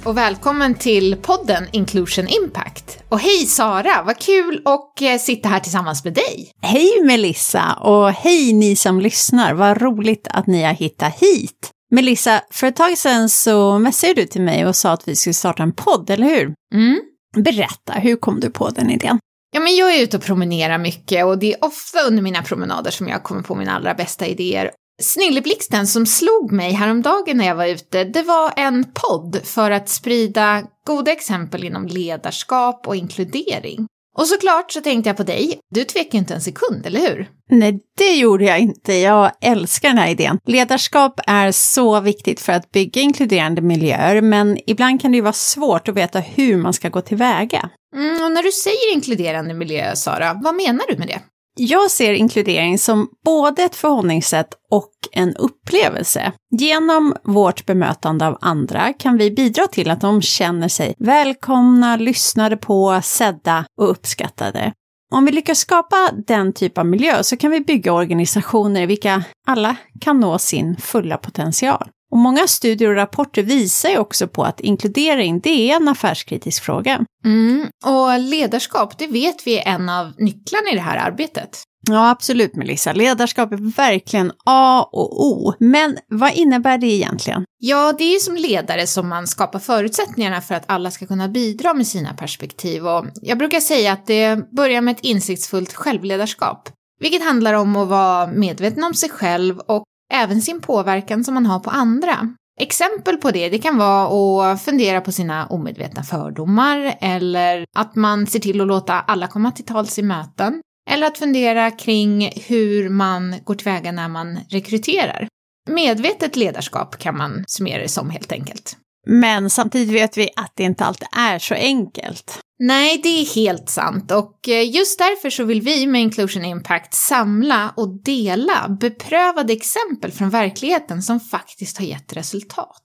och välkommen till podden Inclusion Impact. Och hej Sara, vad kul att sitta här tillsammans med dig. Hej Melissa och hej ni som lyssnar, vad roligt att ni har hittat hit. Melissa, för ett tag sedan så messade du till mig och sa att vi skulle starta en podd, eller hur? Berätta, hur kom du på den idén? Ja, men jag är ute och promenerar mycket och det är ofta under mina promenader som jag kommer på mina allra bästa idéer. Snilleblixten som slog mig häromdagen när jag var ute, det var en podd för att sprida goda exempel inom ledarskap och inkludering. Och såklart så tänkte jag på dig, du tvekar inte en sekund, eller hur? Nej, det gjorde jag inte. Jag älskar den här idén. Ledarskap är så viktigt för att bygga inkluderande miljöer, men ibland kan det ju vara svårt att veta hur man ska gå tillväga. Och när du säger inkluderande miljö, Sara, vad menar du med det? Jag ser inkludering som både ett förhållningssätt och en upplevelse. Genom vårt bemötande av andra kan vi bidra till att de känner sig välkomna, lyssnade på, sedda och uppskattade. Om vi lyckas skapa den typ av miljö så kan vi bygga organisationer i vilka alla kan nå sin fulla potential. Och många studier och rapporter visar ju också på att inkludering, det är en affärskritisk fråga. Och ledarskap, det vet vi är en av nycklarna i det här arbetet. Ja, absolut Melissa. Ledarskap är verkligen A och O. Men vad innebär det egentligen? Ja, det är ju som ledare som man skapar förutsättningarna för att alla ska kunna bidra med sina perspektiv. Och jag brukar säga att det börjar med ett insiktsfullt självledarskap. Vilket handlar om att vara medveten om sig själv och även sin påverkan som man har på andra. Exempel på det kan vara att fundera på sina omedvetna fördomar eller att man ser till att låta alla komma till tals i möten. Eller att fundera kring hur man går tillväga när man rekryterar. Medvetet ledarskap kan man summera det som helt enkelt. Men samtidigt vet vi att det inte alltid är så enkelt. Nej, det är helt sant och just därför så vill vi med Inclusion Impact samla och dela beprövade exempel från verkligheten som faktiskt har gett resultat.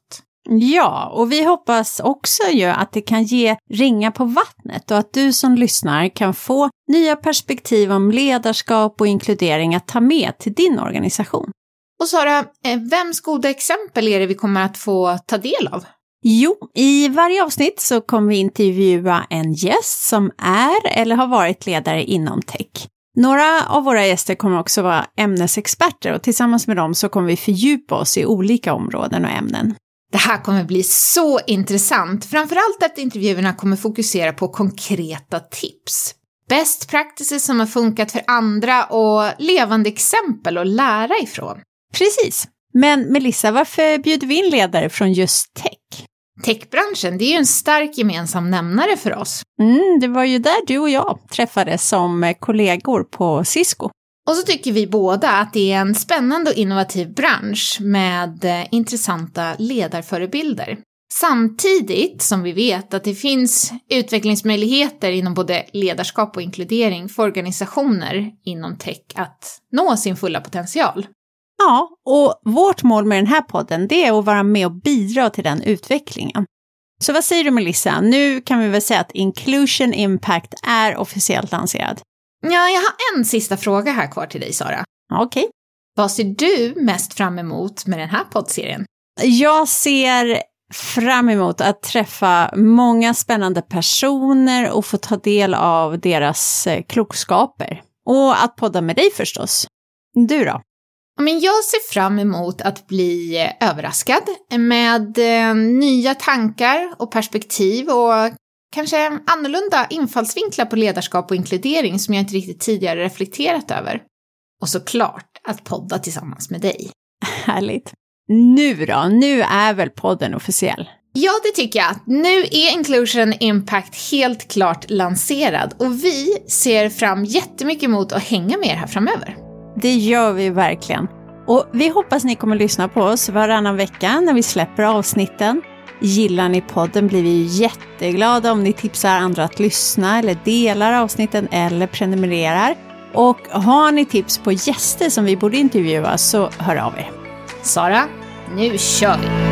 Ja, och vi hoppas också ju att det kan ge ringa på vattnet och att du som lyssnar kan få nya perspektiv om ledarskap och inkludering att ta med till din organisation. Och Sara, vems goda exempel är det vi kommer att få ta del av? Jo, i varje avsnitt så kommer vi intervjua en gäst som är eller har varit ledare inom tech. Några av våra gäster kommer också vara ämnesexperter och tillsammans med dem så kommer vi fördjupa oss i olika områden och ämnen. Det här kommer bli så intressant, framförallt att intervjuerna kommer fokusera på konkreta tips. Best practices som har funkat för andra och levande exempel att lära ifrån. Precis. Men Melissa, varför bjuder vi in ledare från just tech? Techbranschen, det är ju en stark gemensam nämnare för oss. Det var ju där du och jag träffades som kollegor på Cisco. Och så tycker vi båda att det är en spännande och innovativ bransch med intressanta ledarförebilder. Samtidigt som vi vet att det finns utvecklingsmöjligheter inom både ledarskap och inkludering för organisationer inom tech att nå sin fulla potential. Ja, och vårt mål med den här podden det är att vara med och bidra till den utvecklingen. Så vad säger du Melissa? Nu kan vi väl säga att Inclusion Impact är officiellt lanserad. Ja, jag har en sista fråga här kvar till dig, Sara. Okej. Vad ser du mest fram emot med den här poddserien? Jag ser fram emot att träffa många spännande personer och få ta del av deras klokskaper. Och att podda med dig förstås. Du då? Men jag ser fram emot att bli överraskad med nya tankar och perspektiv och kanske annorlunda infallsvinklar på ledarskap och inkludering som jag inte riktigt tidigare reflekterat över. Och såklart att podda tillsammans med dig. Härligt. Nu då? Nu är väl podden officiell? Ja, det tycker jag. Nu är Inclusion Impact helt klart lanserad och vi ser fram jättemycket emot att hänga med er här framöver. Det gör vi verkligen. Och vi hoppas ni kommer lyssna på oss varannan vecka när vi släpper avsnitten. Gillar ni podden blir vi jätteglada om ni tipsar andra att lyssna eller delar avsnitten eller prenumererar. Och har ni tips på gäster som vi borde intervjua så hör av er. Sara, nu kör vi!